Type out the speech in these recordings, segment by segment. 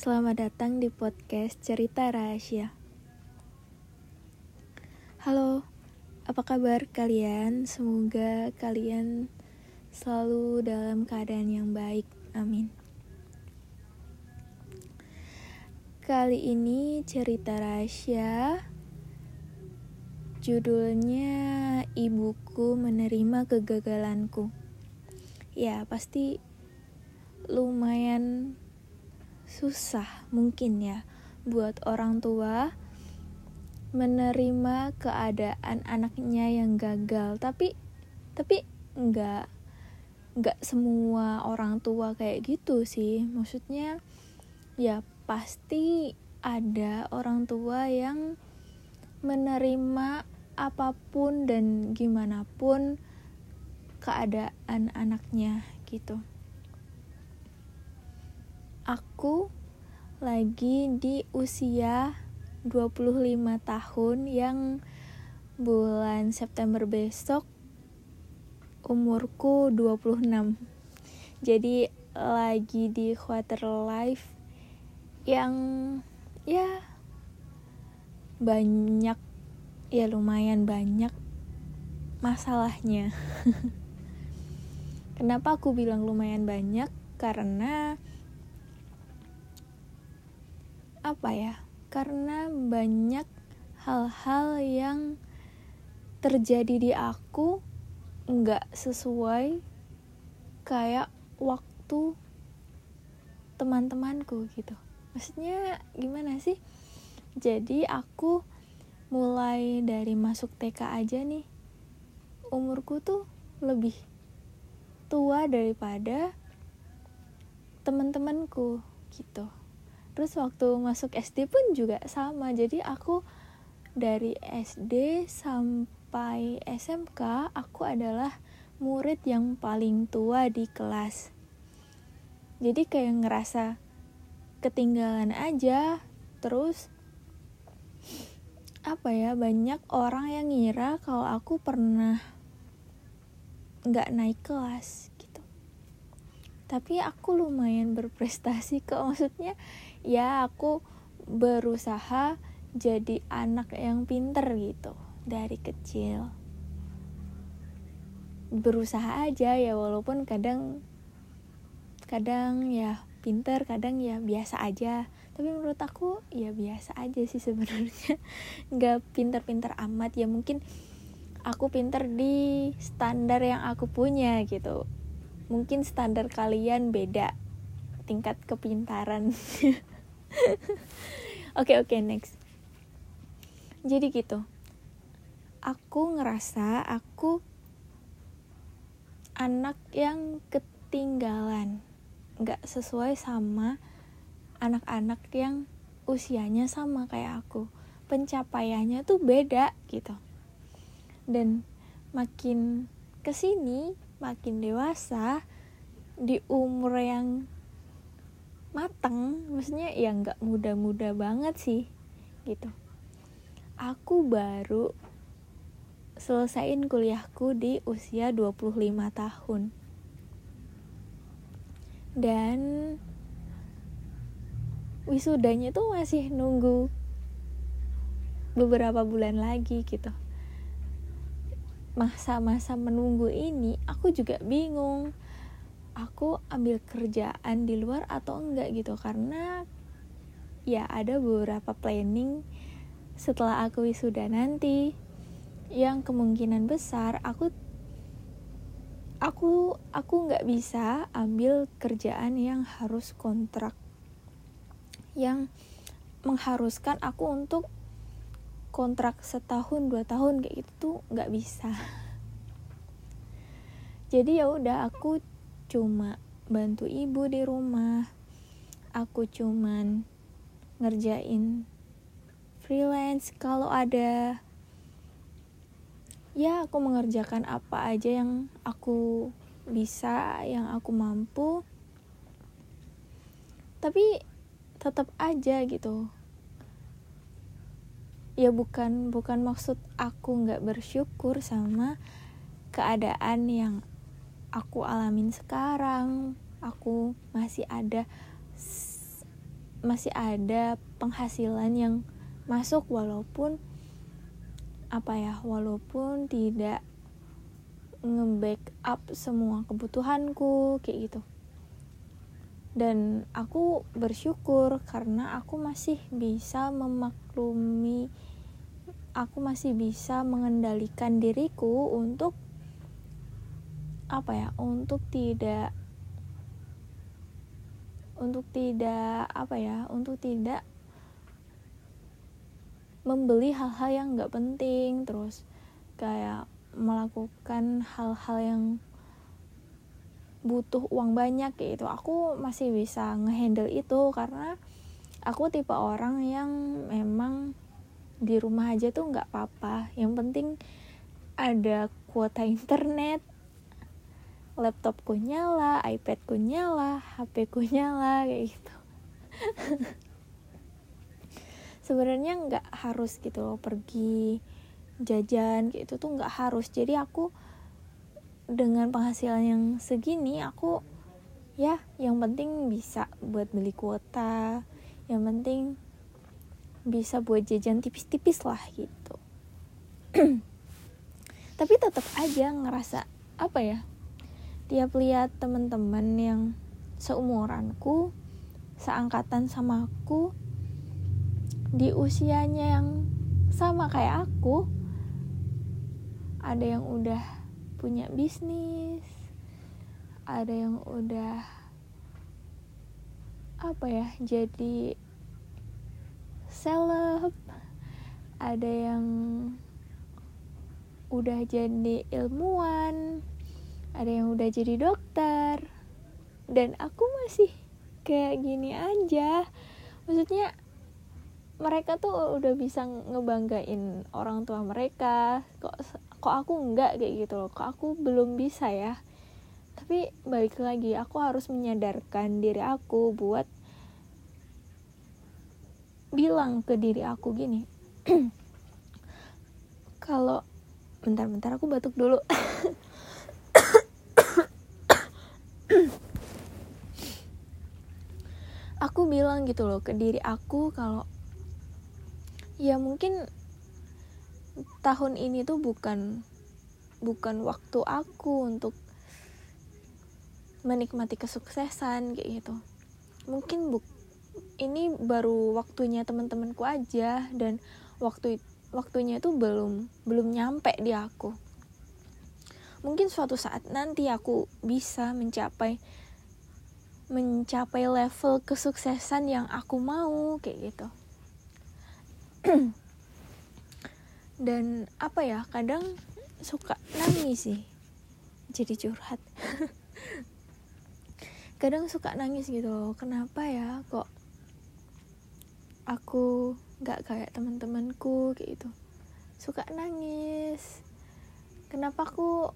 Selamat datang di podcast Cerita Rahasia. Halo, apa kabar kalian? Semoga kalian selalu dalam keadaan yang baik, amin. Kali ini cerita rahasia, judulnya Ibuku Menerima Kegagalanku. Ya, pasti lumayan susah mungkin ya buat orang tua menerima keadaan anaknya yang gagal, tapi enggak semua orang tua kayak gitu sih. Maksudnya ya pasti ada orang tua yang menerima apapun dan gimana pun keadaan anaknya gitu. Aku lagi di usia 25 tahun yang bulan September besok umurku 26. Jadi lagi di quarter life yang banyak, lumayan banyak masalahnya. Kenapa aku bilang lumayan banyak? Karena karena banyak hal-hal yang terjadi di aku nggak sesuai kayak waktu teman-temanku gitu. Maksudnya gimana sih? Jadi aku mulai dari masuk TK aja nih, umurku tuh lebih tua daripada teman-temanku gitu. Terus waktu masuk SD pun juga sama. Jadi aku dari SD sampai SMK aku adalah murid yang paling tua di kelas. Jadi kayak ngerasa ketinggalan aja. Terus banyak orang yang ngira kalau aku pernah gak naik kelas gitu. Tapi aku lumayan berprestasi kok. Maksudnya ya aku berusaha jadi anak yang pinter gitu dari kecil. Berusaha aja ya, walaupun kadang ya pinter, kadang ya biasa aja. Tapi menurut aku ya biasa aja sih sebenarnya. Gak pinter-pinter amat ya, mungkin aku pinter di standar yang aku punya gitu. Mungkin standar kalian beda tingkat kepintaran. Oke, next. Jadi gitu. Aku ngerasa aku anak yang ketinggalan. Gak sesuai sama anak-anak yang usianya sama kayak aku. Pencapaiannya tuh beda gitu. Dan makin kesini, makin dewasa, di umur yang matang, maksudnya ya gak muda-muda banget sih gitu. Aku baru selesaiin kuliahku di usia 25 tahun. Dan wisudanya tuh masih nunggu beberapa bulan lagi gitu. Masa-masa menunggu ini aku juga bingung. Aku ambil kerjaan di luar atau enggak gitu, karena ya ada beberapa planning setelah aku wisuda nanti yang kemungkinan besar aku nggak bisa ambil kerjaan yang harus kontrak, yang mengharuskan aku untuk kontrak setahun 2 tahun kayak gitu tuh nggak bisa. Jadi ya udah, aku cuma bantu ibu di rumah, aku cuman ngerjain freelance kalau ada. Ya aku mengerjakan apa aja yang aku bisa, yang aku mampu. Tapi tetap aja gitu. Ya bukan maksud aku gak bersyukur sama keadaan yang aku alamin sekarang. Aku masih ada masih ada penghasilan yang masuk walaupun walaupun tidak nge-backup semua kebutuhanku kayak gitu. Dan aku bersyukur karena aku masih bisa mengendalikan diriku untuk tidak membeli hal-hal yang nggak penting, terus kayak melakukan hal-hal yang butuh uang banyak kayak gitu. Aku masih bisa ngehandle itu karena aku tipe orang yang memang di rumah aja tuh nggak apa-apa, yang penting ada kuota internet, laptopku nyala, iPadku nyala, HPku nyala kayak gitu. Sebenarnya nggak harus gitu loh pergi jajan kayak itu tuh nggak harus. Jadi aku dengan penghasilan yang segini, aku ya yang penting bisa buat beli kuota, yang penting bisa buat jajan tipis-tipis lah gitu. Tapi tetap aja ngerasa tiap lihat teman-teman yang seumuranku, seangkatan sama aku, di usianya yang sama kayak aku, ada yang udah punya bisnis, ada yang udah jadi seleb, ada yang udah jadi ilmuwan, ada yang udah jadi dokter, dan aku masih kayak gini aja. Maksudnya mereka tuh udah bisa ngebanggain orang tua mereka, kok aku enggak kayak gitu loh, kok aku belum bisa ya. Tapi balik lagi, aku harus menyadarkan diri aku buat bilang ke diri aku gini, kalau bentar aku batuk dulu. Aku bilang gitu loh ke diri aku kalau ya mungkin tahun ini tuh bukan waktu aku untuk menikmati kesuksesan kayak gitu. Mungkin ini baru waktunya teman-temanku aja, dan waktunya itu belum nyampe di aku. Mungkin suatu saat nanti aku bisa mencapai level kesuksesan yang aku mau kayak gitu. Dan kadang suka nangis sih, jadi curhat. Kadang suka nangis gitu loh, kenapa ya kok aku gak kayak teman-temanku kayak gitu. Suka nangis, kenapa aku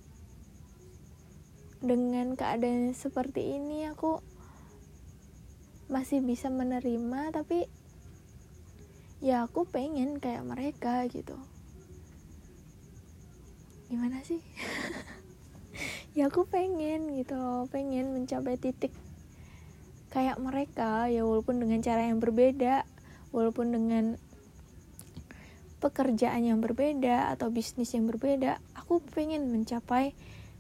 dengan keadaan seperti ini aku masih bisa menerima, tapi ya aku pengen kayak mereka gitu. Gimana sih? Ya aku pengen gitu loh, pengen mencapai titik kayak mereka, ya walaupun dengan cara yang berbeda, walaupun dengan pekerjaan yang berbeda atau bisnis yang berbeda. Aku pengen mencapai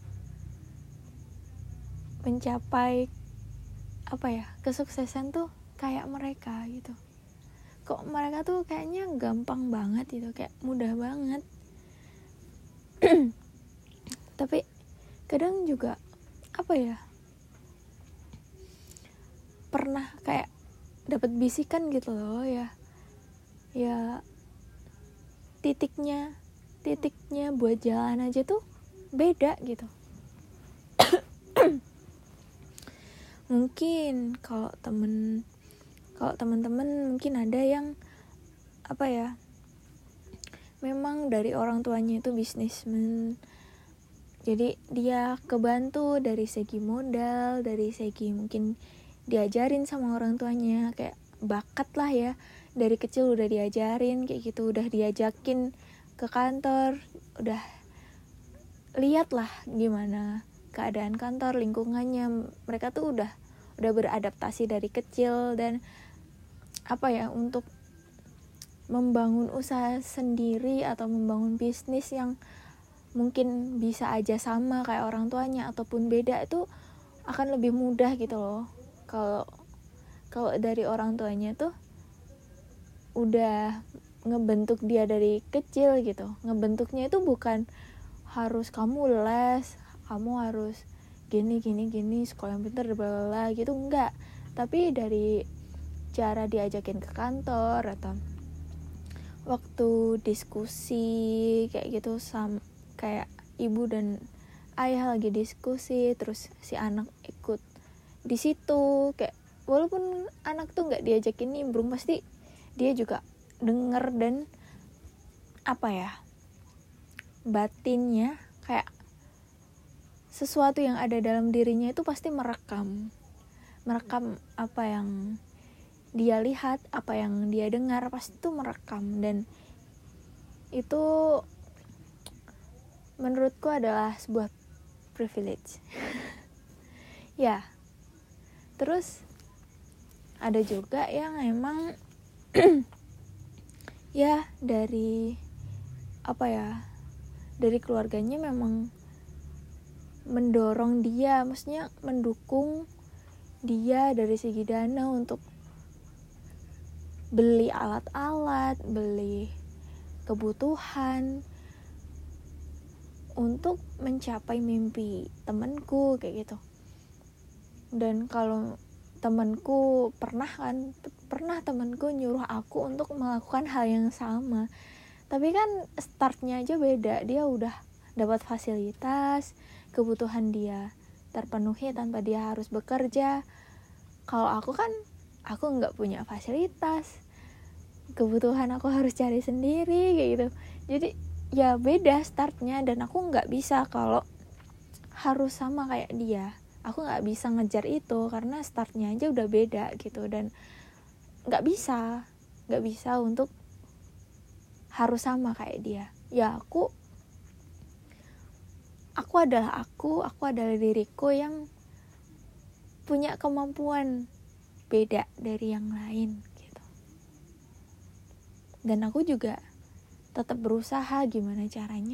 kesuksesan tuh kayak mereka gitu. Kok mereka tuh kayaknya gampang banget gitu, kayak mudah banget. Tapi kadang juga pernah kayak dapat bisikan gitu loh, ya titiknya buat jalan aja tuh beda gitu. Mungkin kalau teman-teman mungkin ada yang memang dari orang tuanya itu bisnismen, jadi dia kebantu dari segi modal, dari segi mungkin diajarin sama orang tuanya, kayak bakat lah ya, dari kecil udah diajarin kayak gitu, udah diajakin ke kantor, udah lihat lah gimana keadaan kantor, lingkungannya. Mereka tuh udah beradaptasi dari kecil, dan untuk membangun usaha sendiri atau membangun bisnis yang mungkin bisa aja sama kayak orang tuanya ataupun beda, itu akan lebih mudah gitu loh. Kalau dari orang tuanya tuh udah ngebentuk dia dari kecil gitu. Ngebentuknya itu bukan harus kamu les, kamu harus gini, sekolah yang pintar, bla bla bla gitu, enggak. Tapi dari cara diajakin ke kantor atau waktu diskusi kayak gitu, kayak ibu dan ayah lagi diskusi terus si anak ikut di situ, kayak walaupun anak tuh nggak diajakin nimbrung, pasti dia juga denger, dan batinnya kayak sesuatu yang ada dalam dirinya itu pasti merekam apa yang dia lihat, apa yang dia dengar, pasti itu merekam. Dan itu menurutku adalah sebuah privilege. Ya, terus ada juga yang emang ya dari dari keluarganya memang mendorong dia, maksudnya mendukung dia dari segi dana untuk beli alat-alat, beli kebutuhan untuk mencapai mimpi temanku kayak gitu. Dan kalau temanku pernah temanku nyuruh aku untuk melakukan hal yang sama, tapi kan startnya aja beda. Dia udah dapat fasilitas, kebutuhan dia terpenuhi tanpa dia harus bekerja. Kalau aku nggak punya fasilitas, kebutuhan aku harus cari sendiri kayak gitu. Jadi ya beda startnya, dan aku nggak bisa kalau harus sama kayak dia. Aku nggak bisa ngejar itu karena startnya aja udah beda gitu, dan nggak bisa untuk harus sama kayak dia. Ya aku adalah diriku yang punya kemampuan beda dari yang lain gitu. Dan aku juga tetap berusaha gimana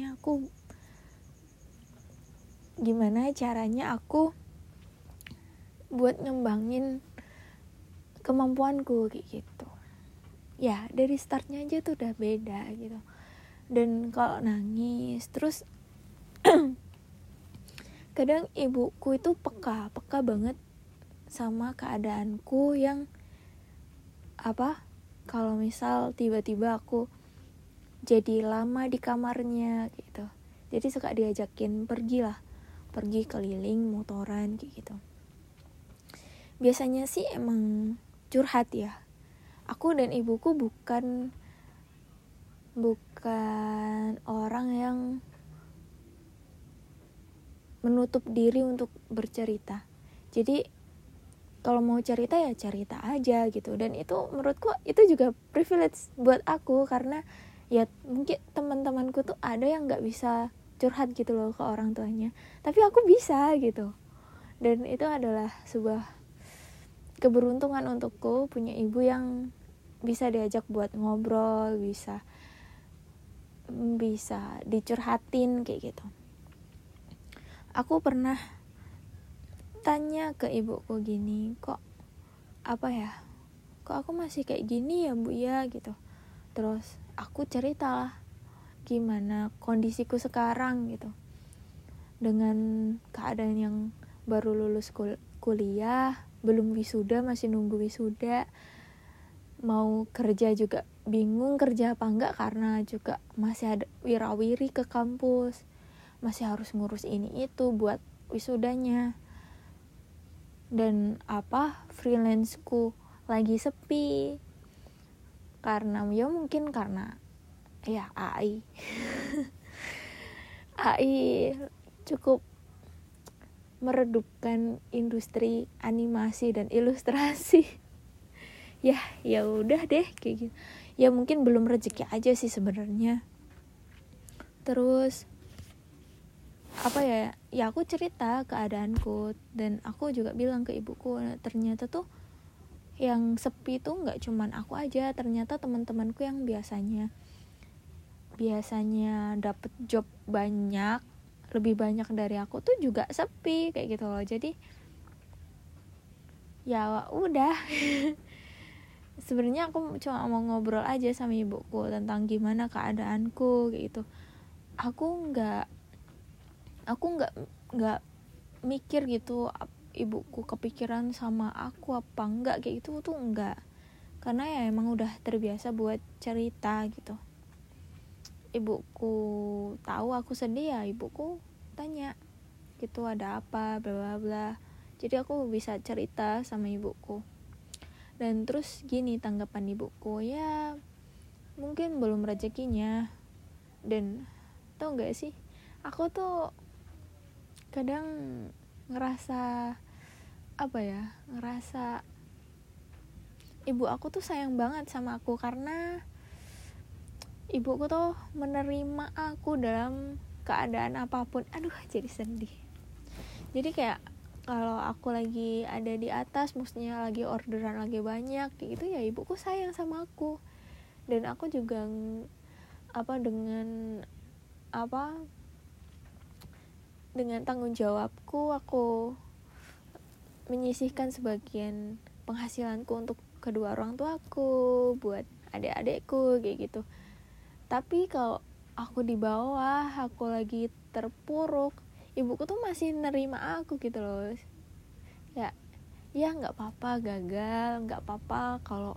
caranya aku buat ngembangin kemampuanku kayak gitu. Ya dari startnya aja tuh udah beda gitu. Dan kalau nangis terus kadang ibuku itu peka banget sama keadaanku yang kalau misal tiba-tiba aku jadi lama di kamarnya gitu, jadi suka diajakin pergi keliling motoran kayak gitu. Biasanya sih emang curhat ya. Aku dan ibuku bukan orang yang menutup diri untuk bercerita. Jadi kalau mau cerita ya cerita aja gitu. Dan itu menurutku itu juga privilege buat aku, karena ya mungkin teman-temanku tuh ada yang nggak bisa curhat gitu loh ke orang tuanya, tapi aku bisa gitu. Dan itu adalah sebuah keberuntungan untukku punya ibu yang bisa diajak buat ngobrol, bisa dicurhatin kayak gitu. Aku pernah tanya ke ibuku gini, kok aku masih kayak gini ya bu ya gitu. Terus aku cerita lah gimana kondisiku sekarang gitu, dengan keadaan yang baru lulus kuliah, belum wisuda, masih nunggu wisuda, mau kerja juga bingung kerja apa enggak, karena juga masih ada wirawiri ke kampus, masih harus ngurus ini itu buat wisudanya. Dan freelanceku lagi sepi karena mungkin karena AI AI cukup meredupkan industri animasi dan ilustrasi. ya udah deh kayak gitu. Ya mungkin belum rezeki aja sih sebenarnya. Terus ya aku cerita keadaanku, dan aku juga bilang ke ibuku, ternyata tuh yang sepi tuh nggak cuman aku aja, ternyata teman-temanku yang biasanya dapet job banyak, lebih banyak dari aku tuh juga sepi kayak gitu loh. Jadi ya udah sebenarnya aku cuma mau ngobrol aja sama ibuku tentang gimana keadaanku kayak gitu. Aku nggak mikir gitu ibuku kepikiran sama aku apa enggak kayak gitu tuh enggak, karena ya emang udah terbiasa buat cerita gitu. Ibuku tahu aku sedih ya ibuku tanya gitu ada apa bla bla bla, jadi aku bisa cerita sama ibuku. Dan terus gini tanggapan ibuku, ya mungkin belum rezekinya. Dan tau gak sih, aku tuh kadang ngerasa ngerasa ibu aku tuh sayang banget sama aku, karena ibuku tuh menerima aku dalam keadaan apapun. Aduh jadi sedih. Jadi kayak kalau aku lagi ada di atas, maksudnya lagi orderan lagi banyak kayak gitu, ya ibuku sayang sama aku. Dan aku juga dengan tanggung jawabku, aku menyisihkan sebagian penghasilanku untuk kedua orang tuaku, buat adik-adikku kayak gitu. Tapi kalau aku di bawah, aku lagi terpuruk, ibuku tuh masih nerima aku gitu loh. Ya nggak apa-apa gagal, nggak apa-apa kalau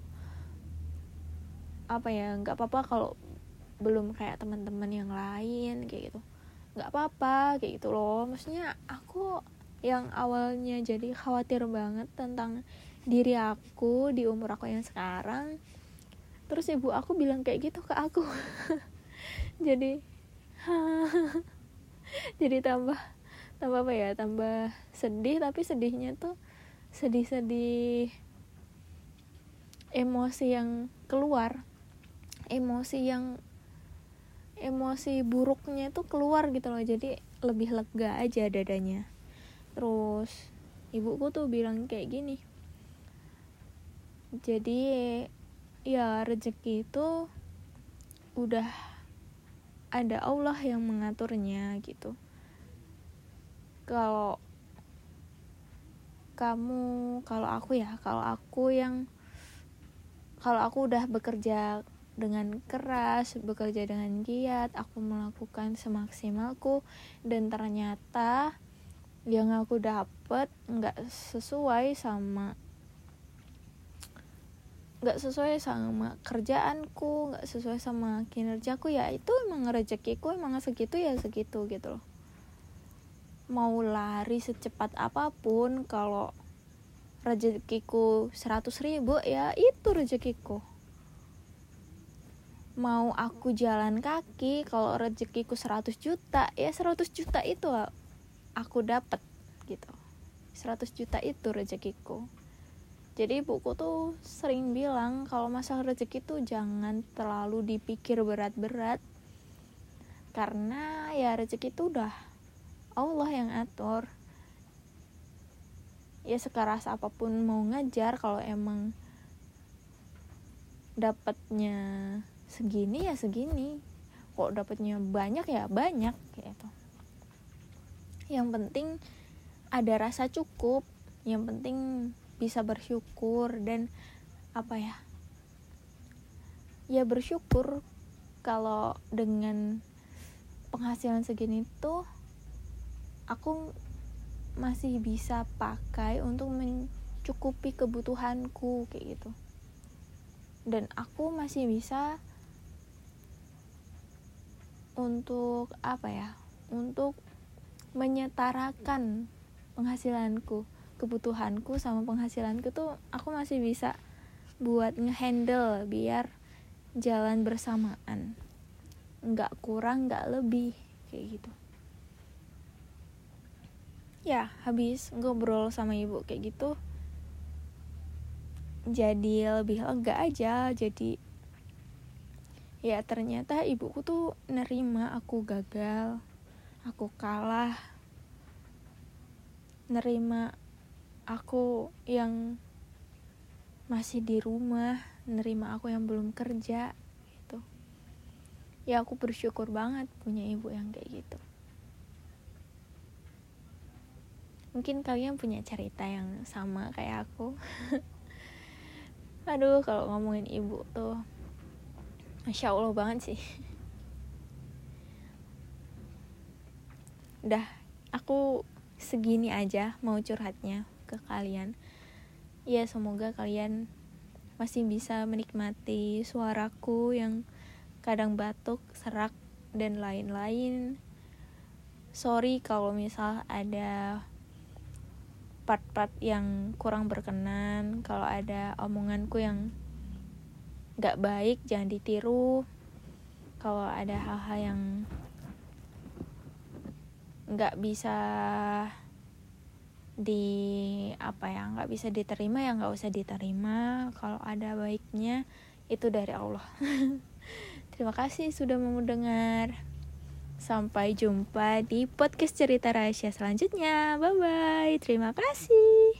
nggak apa-apa kalau belum kayak teman-teman yang lain kayak gitu, nggak apa-apa kayak gitu loh. Maksudnya aku yang awalnya jadi khawatir banget tentang diri aku di umur aku yang sekarang, terus ibu aku bilang kayak gitu ke aku. jadi jadi tambah tambah sedih, tapi sedihnya tuh sedih emosi yang keluar, emosi buruknya tuh keluar gitu loh, jadi lebih lega aja dadanya. Terus ibuku tuh bilang kayak gini, jadi ya rezeki itu udah ada Allah yang mengaturnya gitu. Kalau aku udah bekerja dengan keras, bekerja dengan giat, aku melakukan semaksimalku, dan ternyata yang aku dapet nggak sesuai sama kerjaanku, nggak sesuai sama kinerjaku, ya itu emang rezekiku, emang segitu ya segitu gitu loh. Mau lari secepat apapun, kalau rezekiku 100.000 ya itu rezekiku. Mau aku jalan kaki, kalau rezekiku 100 juta ya 100 juta itu aku dapat gitu. 100 juta itu rezekiku. Jadi ibuku tuh sering bilang kalau masalah rezeki tuh jangan terlalu dipikir berat-berat, karena ya rezeki itu udah Allah yang atur. Ya sekeras apapun mau ngajar, kalau emang dapatnya segini ya segini, kok dapatnya banyak ya banyak gitu. Yang penting ada rasa cukup, yang penting bisa bersyukur. Dan ya bersyukur kalau dengan penghasilan segini tuh aku masih bisa pakai untuk mencukupi kebutuhanku kayak gitu. Dan aku masih bisa untuk untuk menyetarakan penghasilanku, kebutuhanku sama penghasilanku tuh aku masih bisa buat ngehandle biar jalan bersamaan, nggak kurang nggak lebih kayak gitu. Ya habis ngobrol sama ibu kayak gitu jadi lebih lega aja. Jadi ya ternyata ibuku tuh nerima aku gagal, aku kalah, nerima aku yang masih di rumah nerima aku yang belum kerja gitu. Ya aku bersyukur banget punya ibu yang kayak gitu. Mungkin kalian punya cerita yang sama kayak aku. Aduh, kalau ngomongin ibu tuh Masya Allah banget sih. Udah, aku segini aja mau curhatnya ke kalian. Ya semoga kalian masih bisa menikmati suaraku yang kadang batuk, serak, dan lain-lain. Sorry kalau misal ada part-part yang kurang berkenan, kalau ada omonganku yang gak baik jangan ditiru. Kalau ada hal-hal yang gak bisa gak bisa diterima ya gak usah diterima. Kalau ada baiknya itu dari Allah. Terima kasih sudah mau mendengar. Sampai jumpa di podcast cerita rahasia selanjutnya. Bye bye. Terima kasih.